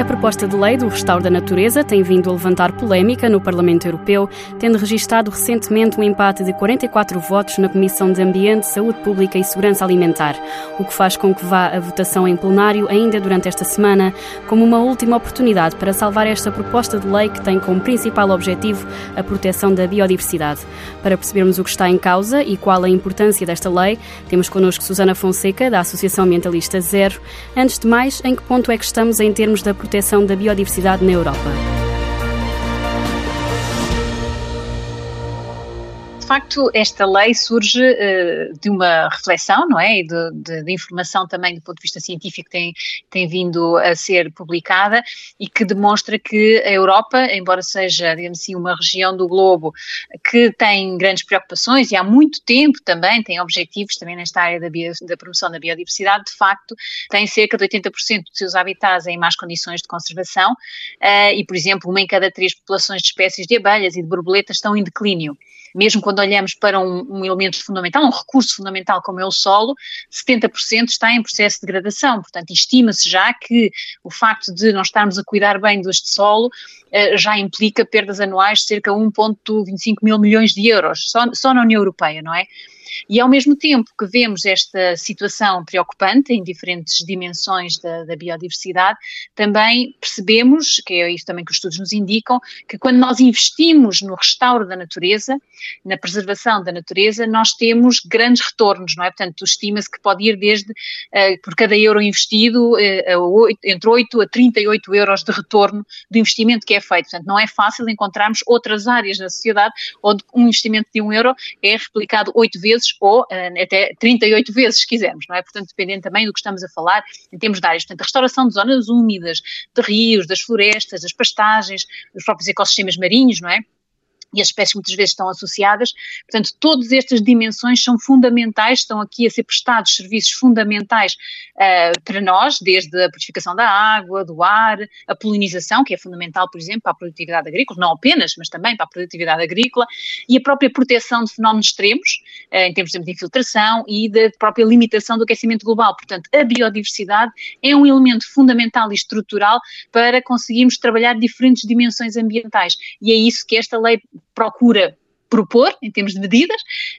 proposta de lei do Restauro da Natureza tem vindo a levantar polémica no Parlamento Europeu, tendo registado recentemente um empate de 44 votos na Comissão de Ambiente, Saúde Pública e Segurança Alimentar, o que faz com que vá à votação em plenário ainda durante esta semana, como uma última oportunidade para salvar esta proposta de lei que tem como principal objetivo a proteção da biodiversidade. Para percebermos o que está em causa e qual a importância desta lei, temos connosco Susana Fonseca, da Associação Ambientalista Zero. Antes de mais, em que ponto é que estamos em termos da proteção da biodiversidade na Europa? De facto, esta lei surge de uma reflexão, não é? E de informação também do ponto de vista científico que tem vindo a ser publicada e que demonstra que a Europa, embora seja, digamos assim, uma região do globo que tem grandes preocupações e há muito tempo também tem objetivos também nesta área da promoção da biodiversidade, de facto, tem cerca de 80% dos seus habitats em más condições de conservação e, por exemplo, uma em cada 3 populações de espécies de abelhas e de borboletas estão em declínio. Mesmo quando olhamos para um elemento fundamental, um recurso fundamental como é o solo, 70% está em processo de degradação. Portanto, estima-se já que o facto de não estarmos a cuidar bem deste solo já implica perdas anuais de cerca de 1,25 mil milhões de euros, só na União Europeia, não é? E ao mesmo tempo que vemos esta situação preocupante em diferentes dimensões da biodiversidade, também percebemos, que é isso também que os estudos nos indicam, que quando nós investimos no restauro da natureza, na preservação da natureza, nós temos grandes retornos, não é? Portanto, estima-se que pode ir desde, por cada euro investido, entre 8 a 38 euros de retorno do investimento que é feito. Portanto, não é fácil encontrarmos outras áreas na sociedade onde um investimento de 1 euro é replicado 8 vezes ou até 38 vezes, se quisermos, não é? Portanto, dependendo também do que estamos a falar em termos de áreas. Portanto, a restauração de zonas úmidas, de rios, das florestas, das pastagens, dos próprios ecossistemas marinhos, não é? E as espécies muitas vezes estão associadas. Portanto, todas estas dimensões são fundamentais, estão aqui a ser prestados serviços fundamentais para nós, desde a purificação da água, do ar, a polinização, que é fundamental, por exemplo, para a produtividade agrícola, não apenas, mas também para a produtividade agrícola, e a própria proteção de fenómenos extremos, em termos, por exemplo, de infiltração e da própria limitação do aquecimento global. Portanto, a biodiversidade é um elemento fundamental e estrutural para conseguirmos trabalhar diferentes dimensões ambientais. E é isso que esta lei procura propor, em termos de medidas,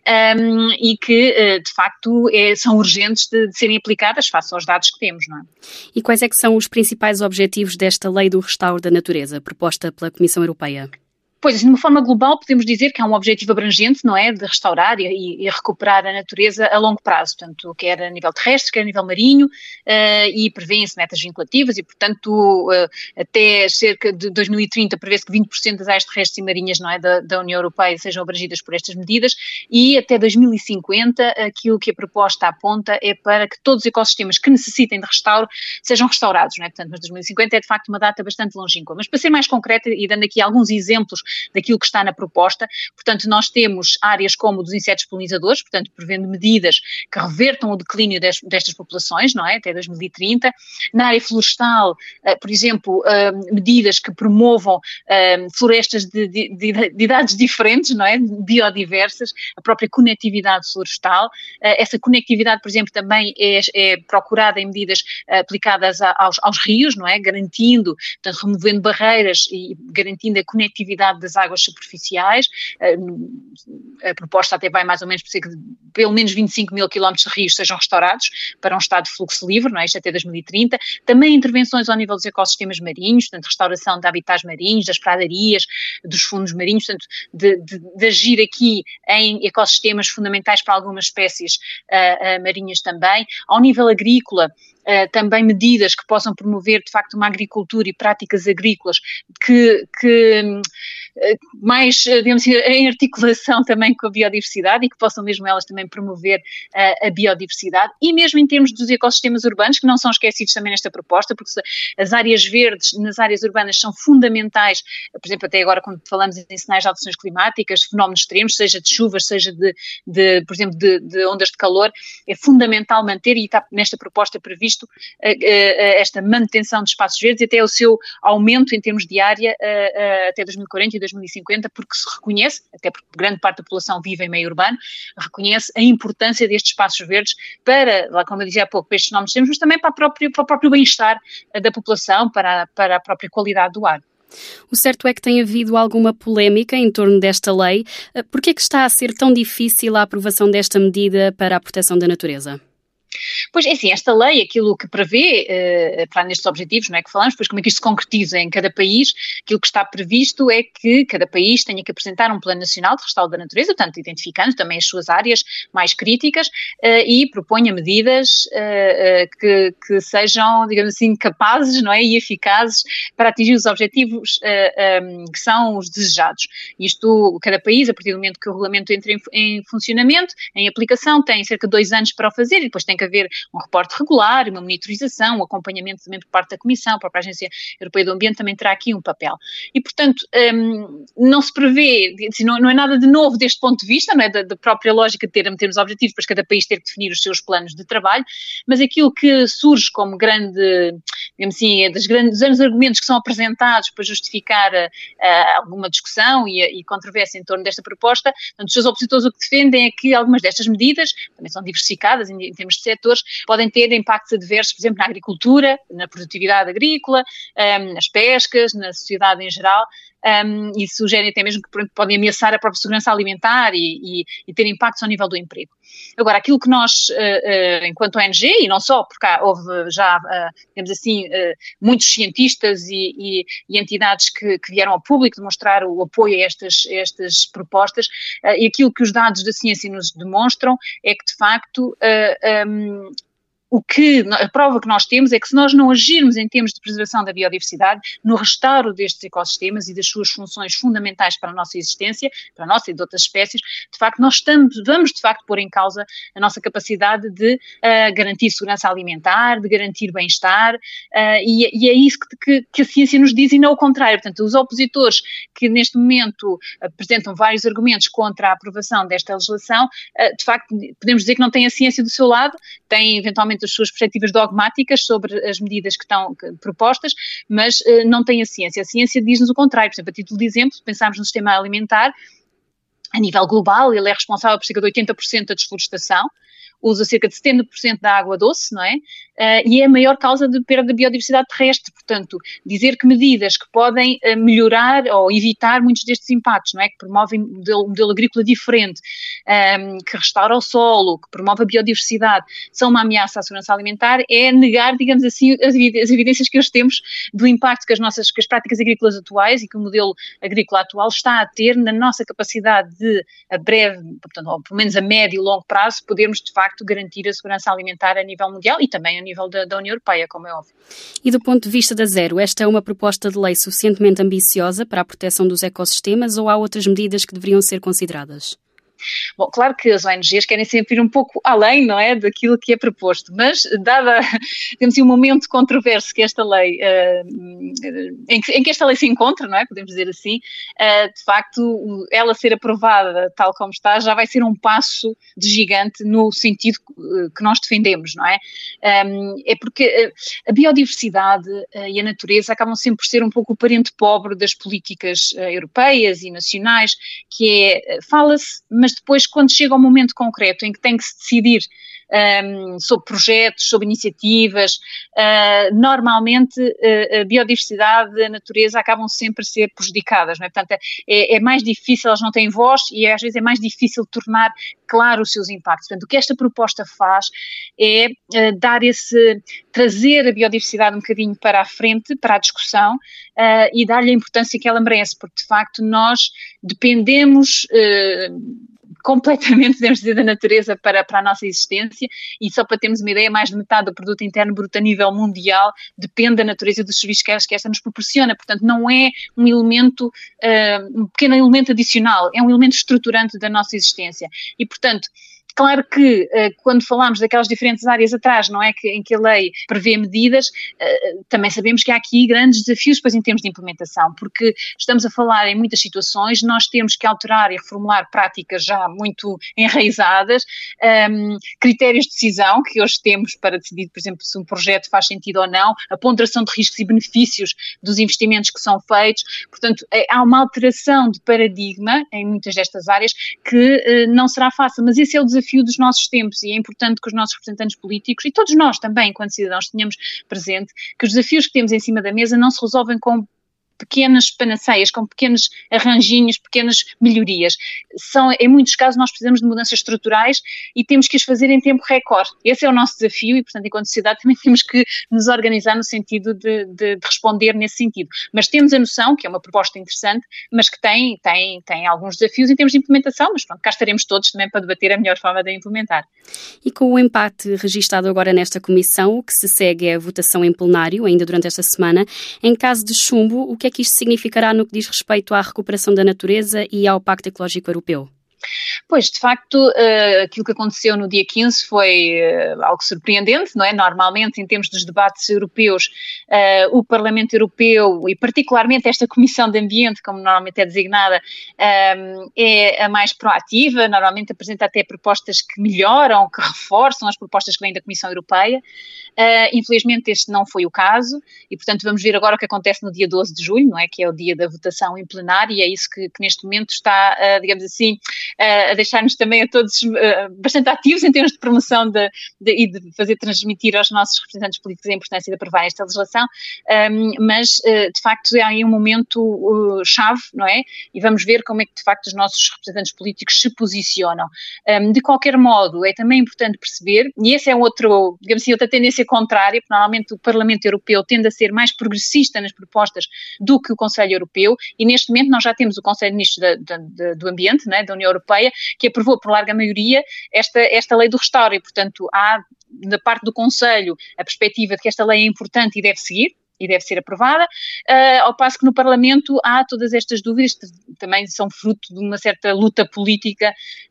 e que, de facto, são urgentes de serem aplicadas face aos dados que temos, não é? E quais é que são os principais objetivos desta Lei do Restauro da Natureza, proposta pela Comissão Europeia? Pois, de uma forma global, podemos dizer que há um objetivo abrangente, não é, de restaurar e recuperar a natureza a longo prazo, portanto, quer a nível terrestre, quer a nível marinho, e prevêem-se metas vinculativas e, portanto, até cerca de 2030 prevê-se que 20% das áreas terrestres e marinhas, não é, da União Europeia sejam abrangidas por estas medidas e até 2050 aquilo que a proposta aponta é para que todos os ecossistemas que necessitem de restauro sejam restaurados, não é? Portanto, mas 2050 é de facto uma data bastante longínqua. Mas para ser mais concreta e dando aqui alguns exemplos daquilo que está na proposta, portanto, nós temos áreas como dos insetos polinizadores, portanto, prevendo medidas que revertam o declínio destas populações, não é, até 2030. Na área florestal, por exemplo, medidas que promovam florestas de idades diferentes, não é, biodiversas, a própria conectividade florestal. Essa conectividade, por exemplo, também é procurada em medidas aplicadas aos rios, não é, garantindo, portanto, removendo barreiras e garantindo a conectividade das águas superficiais. A proposta até vai mais ou menos por ser que pelo menos 25 mil quilómetros de rios sejam restaurados para um estado de fluxo livre, não é? Isto até 2030. Também intervenções ao nível dos ecossistemas marinhos, portanto, restauração de habitats marinhos, das pradarias, dos fundos marinhos, portanto, de agir aqui em ecossistemas fundamentais para algumas espécies marinhas também. Ao nível agrícola, também medidas que possam promover, de facto, uma agricultura e práticas agrícolas que mais, digamos assim, em articulação também com a biodiversidade e que possam mesmo elas também promover a biodiversidade e mesmo em termos dos ecossistemas urbanos, que não são esquecidos também nesta proposta, porque as áreas verdes nas áreas urbanas são fundamentais, por exemplo, até agora quando falamos em sinais de alterações climáticas, fenómenos extremos, seja de chuvas, seja por exemplo, de ondas de calor, é fundamental manter, e está nesta proposta previsto, esta manutenção de espaços verdes e até o seu aumento em termos de área até 2040 e 2050, porque se reconhece, até porque grande parte da população vive em meio urbano, reconhece a importância destes espaços verdes para, lá como eu dizia há pouco, para estes fenómenos extremos, mas também para o próprio bem-estar da população, para a própria qualidade do ar. O certo é que tem havido alguma polémica em torno desta lei. Por que é que está a ser tão difícil a aprovação desta medida para a proteção da natureza? Pois é assim, esta lei, aquilo que prevê, para nestes objetivos, não é que falamos, pois como é que isto se concretiza em cada país, aquilo que está previsto é que cada país tenha que apresentar um plano nacional de restauro da natureza, portanto identificando também as suas áreas mais críticas e proponha medidas que sejam, digamos assim, capazes, não é, e eficazes para atingir os objetivos que são os desejados. Isto, cada país, a partir do momento que o regulamento entra em funcionamento, em aplicação, tem cerca de 2 anos para o fazer e depois tem que haver um reporte regular, uma monitorização, um acompanhamento também por parte da Comissão, a própria Agência Europeia do Ambiente também terá aqui um papel. E, portanto, não se prevê, não é nada de novo deste ponto de vista, não é da própria lógica de termos objetivos, para cada país ter que definir os seus planos de trabalho, mas aquilo que surge como grande, digamos assim, dos grandes argumentos que são apresentados para justificar alguma discussão e controvérsia em torno desta proposta, portanto, os seus opositores o que defendem é que algumas destas medidas, também são diversificadas em termos de setores, podem ter impactos adversos, por exemplo, na agricultura, na produtividade agrícola, nas pescas, na sociedade em geral, e sugerem até mesmo que podem ameaçar a própria segurança alimentar e ter impactos ao nível do emprego. Agora, aquilo que nós, enquanto ONG, e não só, porque houve já, digamos assim, muitos cientistas e entidades que vieram ao público demonstrar o apoio a estas propostas, e aquilo que os dados da ciência nos demonstram é que, de facto, a prova que nós temos é que se nós não agirmos em termos de preservação da biodiversidade, no restauro destes ecossistemas e das suas funções fundamentais para a nossa existência, para a nossa e de outras espécies, de facto vamos de facto pôr em causa a nossa capacidade de garantir segurança alimentar, de garantir bem-estar, e é isso que a ciência nos diz e não o contrário. Portanto, os opositores que neste momento apresentam vários argumentos contra a aprovação desta legislação, de facto podemos dizer que não têm a ciência do seu lado, têm eventualmente as suas perspectivas dogmáticas sobre as medidas que estão propostas, mas não tem a ciência. A ciência diz-nos o contrário. Por exemplo, a título de exemplo, se pensarmos no sistema alimentar, a nível global, ele é responsável por cerca de 80% da desflorestação, usa cerca de 70% da água doce, não é? E é a maior causa de perda de biodiversidade terrestre. Portanto, dizer que medidas que podem melhorar ou evitar muitos destes impactos, não é? Que promovem um modelo agrícola diferente, que restaura o solo, que promove a biodiversidade, são uma ameaça à segurança alimentar, é negar, digamos assim, as evidências que hoje temos do impacto que as práticas agrícolas atuais e que o modelo agrícola atual está a ter na nossa capacidade de, a breve, portanto, ou pelo menos a médio e longo prazo, podermos, de facto, garantir a segurança alimentar a nível mundial e também a nível da União Europeia, como é óbvio. E do ponto de vista da Zero, esta é uma proposta de lei suficientemente ambiciosa para a proteção dos ecossistemas ou há outras medidas que deveriam ser consideradas? Bom, claro que as ONGs querem sempre ir um pouco além, não é, daquilo que é proposto, mas dada, digamos assim, um momento controverso que esta lei, em que esta lei se encontra, não é, podemos dizer assim, de facto, ela ser aprovada tal como está já vai ser um passo de gigante no sentido que nós defendemos, não é? É porque a biodiversidade e a natureza acabam sempre por ser um pouco o parente pobre das políticas europeias e nacionais, que é, fala-se, mas depois, quando chega ao momento concreto em que tem que se decidir sobre projetos, sobre iniciativas, normalmente a biodiversidade, a natureza acabam sempre a ser prejudicadas, não é? Portanto, é mais difícil, elas não têm voz e às vezes é mais difícil tornar claro os seus impactos. Portanto, o que esta proposta faz é trazer a biodiversidade um bocadinho para a frente, para a discussão, e dar-lhe a importância que ela merece, porque de facto nós dependemos completamente, podemos dizer, da natureza para a nossa existência, e só para termos uma ideia, mais de metade do produto interno bruto a nível mundial depende da natureza e dos serviços que esta nos proporciona. Portanto, não é um elemento, um pequeno elemento adicional, é um elemento estruturante da nossa existência. E, portanto, Claro que quando falamos daquelas diferentes áreas atrás, não é, em que a lei prevê medidas, também sabemos que há aqui grandes desafios depois em termos de implementação, porque estamos a falar em muitas situações, nós temos que alterar e reformular práticas já muito enraizadas, critérios de decisão que hoje temos para decidir, por exemplo, se um projeto faz sentido ou não, a ponderação de riscos e benefícios dos investimentos que são feitos. Portanto, há uma alteração de paradigma em muitas destas áreas que não será fácil, mas esse é o desafio dos nossos tempos e é importante que os nossos representantes políticos e todos nós também, enquanto cidadãos, tenhamos presente que os desafios que temos em cima da mesa não se resolvem com pequenas panaceias, com pequenos arranjinhos, pequenas melhorias. Em muitos casos, nós precisamos de mudanças estruturais e temos que as fazer em tempo recorde. Esse é o nosso desafio e, portanto, enquanto sociedade também temos que nos organizar no sentido de responder nesse sentido. Mas temos a noção, que é uma proposta interessante, mas que tem alguns desafios em termos de implementação, mas pronto, cá estaremos todos também para debater a melhor forma de a implementar. E com o empate registado agora nesta comissão, o que se segue é a votação em plenário, ainda durante esta semana. Em caso de chumbo, o que é que isto significará no que diz respeito à recuperação da natureza e ao Pacto Ecológico Europeu? Pois, de facto, aquilo que aconteceu no dia 15 foi algo surpreendente, não é? Normalmente, em termos dos debates europeus, o Parlamento Europeu, e particularmente esta Comissão de Ambiente, como normalmente é designada, é a mais proativa, normalmente apresenta até propostas que melhoram, que reforçam as propostas que vêm da Comissão Europeia. Infelizmente este não foi o caso e, portanto, vamos ver agora o que acontece no dia 12 de julho, não é? Que é o dia da votação em plenário e é isso que neste momento está, digamos assim, a deixar-nos também a todos bastante ativos em termos de promoção e de fazer transmitir aos nossos representantes políticos a importância de aprovar esta legislação, mas de facto é aí um momento chave, não é? E vamos ver como é que de facto os nossos representantes políticos se posicionam. De qualquer modo, é também importante perceber, e esse é outro, digamos assim, outra tendência contrária, porque normalmente o Parlamento Europeu tende a ser mais progressista nas propostas do que o Conselho Europeu, e neste momento nós já temos o Conselho de Ministros do Ambiente, não é? Da União Europeia, que aprovou por larga maioria esta lei do restauro e, portanto, há da parte do Conselho a perspectiva de que esta lei é importante e deve seguir, e deve ser aprovada, ao passo que no Parlamento há todas estas dúvidas, que também são fruto de uma certa luta política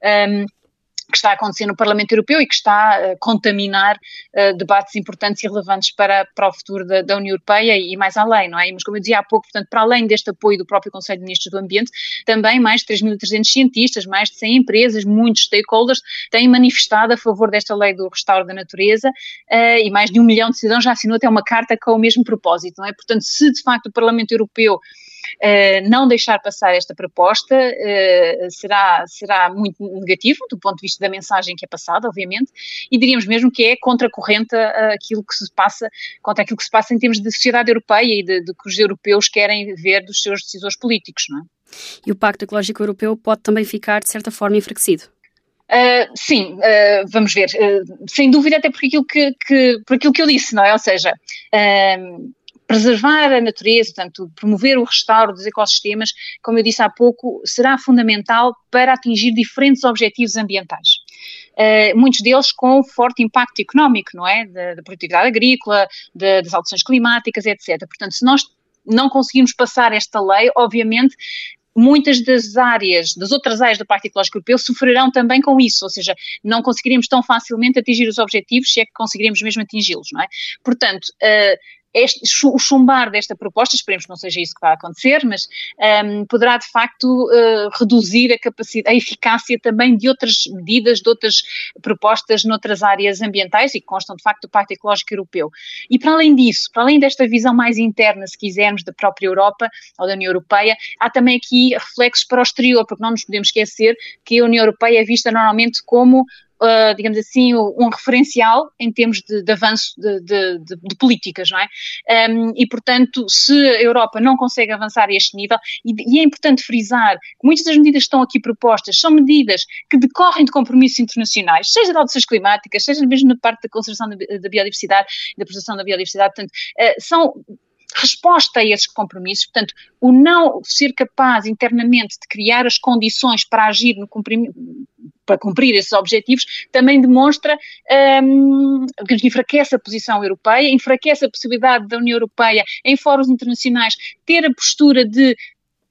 que está a acontecer no Parlamento Europeu e que está a contaminar debates importantes e relevantes para o futuro da União Europeia e mais além, não é? Mas como eu dizia há pouco, portanto, para além deste apoio do próprio Conselho de Ministros do Ambiente, também mais de 3.300 cientistas, mais de 100 empresas, muitos stakeholders têm manifestado a favor desta lei do restauro da natureza e mais de 1 milhão de cidadãos já assinou até uma carta com o mesmo propósito, não é? Portanto, se de facto o Parlamento Europeu não deixar passar esta proposta será muito negativo do ponto de vista da mensagem que é passada, obviamente, e diríamos mesmo que é contracorrente contra aquilo que se passa em termos de sociedade europeia e de que os europeus querem ver dos seus decisores políticos, não é? E o Pacto Ecológico Europeu pode também ficar, de certa forma, enfraquecido? Sim, vamos ver, sem dúvida, até por aquilo que eu disse, não é? Ou seja, preservar a natureza, portanto, promover o restauro dos ecossistemas, como eu disse há pouco, será fundamental para atingir diferentes objetivos ambientais. Muitos deles com forte impacto económico, não é? Da produtividade agrícola, das alterações climáticas, etc. Portanto, se nós não conseguirmos passar esta lei, obviamente, muitas das outras áreas do Pacto Ecológico Europeu sofrerão também com isso, ou seja, não conseguiremos tão facilmente atingir os objetivos, se é que conseguiremos mesmo atingi-los, não é? Portanto, o chumbar desta proposta, esperemos que não seja isso que vai acontecer, mas poderá de facto reduzir a eficácia também de outras medidas, de outras propostas noutras áreas ambientais e que constam de facto do Pacto Ecológico Europeu. E para além disso, para além desta visão mais interna, se quisermos, da própria Europa ou da União Europeia, há também aqui reflexos para o exterior, porque não nos podemos esquecer que a União Europeia é vista normalmente como digamos assim, um referencial em termos de avanço de políticas, não é? E, portanto, se a Europa não consegue avançar a este nível, e é importante frisar que muitas das medidas que estão aqui propostas são medidas que decorrem de compromissos internacionais, seja de alterações climáticas, seja mesmo na parte da conservação da biodiversidade e da proteção da biodiversidade, portanto, são resposta a esses compromissos, portanto, o não ser capaz internamente de criar as condições para agir para cumprir esses objetivos, também demonstra que enfraquece a posição europeia, enfraquece a possibilidade da União Europeia, em fóruns internacionais, ter a postura de,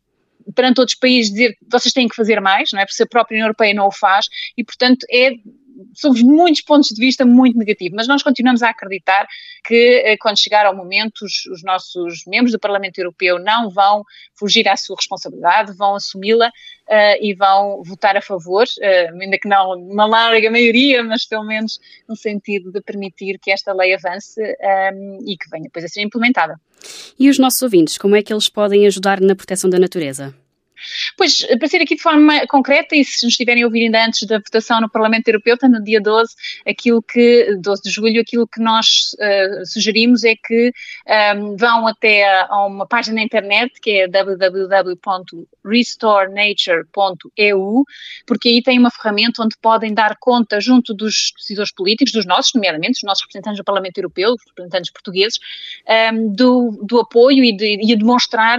perante outros países, dizer vocês têm que fazer mais, não é? Porque se a própria União Europeia não o faz, e portanto é sob muitos pontos de vista, muito negativo, mas nós continuamos a acreditar que quando chegar ao momento os nossos membros do Parlamento Europeu não vão fugir à sua responsabilidade, vão assumi-la e vão votar a favor, ainda que não uma larga maioria, mas pelo menos no sentido de permitir que esta lei avance e que venha depois a ser implementada. E os nossos ouvintes, como é que eles podem ajudar na proteção da natureza? Pois, para ser aqui de forma concreta, e se nos estiverem a ouvir ainda antes da votação no Parlamento Europeu, no dia 12 de julho, aquilo que nós sugerimos é que vão até a uma página na internet, que é www.restorenature.eu, porque aí tem uma ferramenta onde podem dar conta junto dos decisores políticos, dos nossos, nomeadamente, os nossos representantes do Parlamento Europeu, os representantes portugueses, do apoio e de demonstrar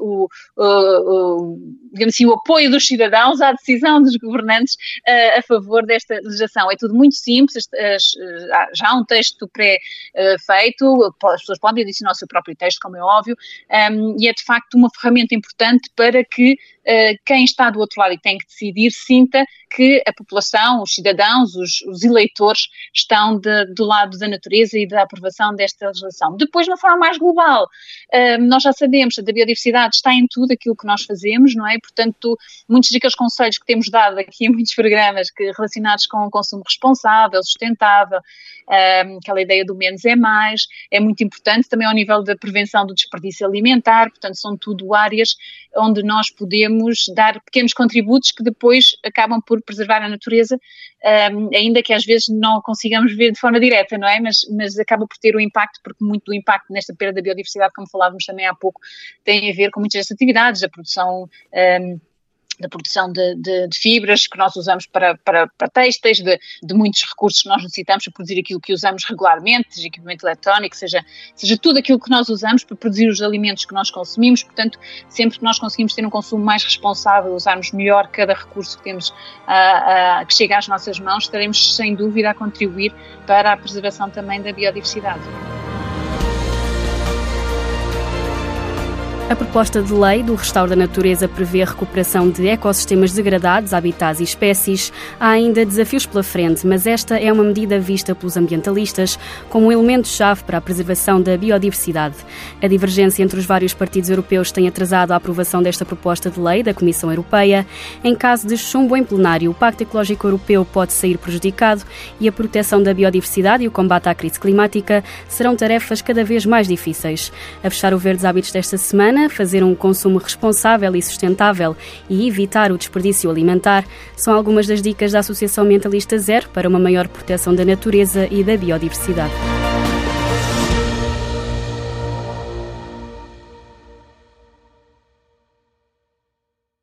digamos assim, o apoio dos cidadãos à decisão dos governantes a favor desta legislação. É tudo muito simples, já há um texto pré-feito, as pessoas podem adicionar o seu próprio texto, como é óbvio, e é de facto uma ferramenta importante para que quem está do outro lado e tem que decidir sinta que a população, os cidadãos, os eleitores estão do lado da natureza e da aprovação desta legislação. Depois, de uma forma mais global, nós já sabemos que a biodiversidade está em tudo aquilo que nós fazemos, não é? Portanto, muitos daqueles conselhos que temos dado aqui em muitos programas relacionados com o consumo responsável, sustentável, aquela ideia do menos é mais, é muito importante também ao nível da prevenção do desperdício alimentar, portanto, são tudo áreas onde nós podemos dar pequenos contributos que depois acabam por preservar a natureza, ainda que às vezes não consigamos ver de forma direta, não é? Mas acaba por ter um impacto, porque muito do impacto nesta perda da biodiversidade, como falávamos também há pouco, tem a ver com muitas destas atividades, da produção de fibras que nós usamos para têxteis, de muitos recursos que nós necessitamos para produzir aquilo que usamos regularmente, equipamento eletrónico, seja tudo aquilo que nós usamos para produzir os alimentos que nós consumimos. Portanto, sempre que nós conseguimos ter um consumo mais responsável, usarmos melhor cada recurso que temos que chega às nossas mãos, estaremos sem dúvida a contribuir para a preservação também da biodiversidade. A proposta de lei do Restauro da Natureza prevê a recuperação de ecossistemas degradados, habitats e espécies. Há ainda desafios pela frente, mas esta é uma medida vista pelos ambientalistas como um elemento-chave para a preservação da biodiversidade. A divergência entre os vários partidos europeus tem atrasado a aprovação desta proposta de lei da Comissão Europeia. Em caso de chumbo em plenário, o Pacto Ecológico Europeu pode sair prejudicado e a proteção da biodiversidade e o combate à crise climática serão tarefas cada vez mais difíceis. A fechar o Verdes Hábitos desta semana, fazer um consumo responsável e sustentável e evitar o desperdício alimentar são algumas das dicas da Associação Ambientalista Zero para uma maior proteção da natureza e da biodiversidade.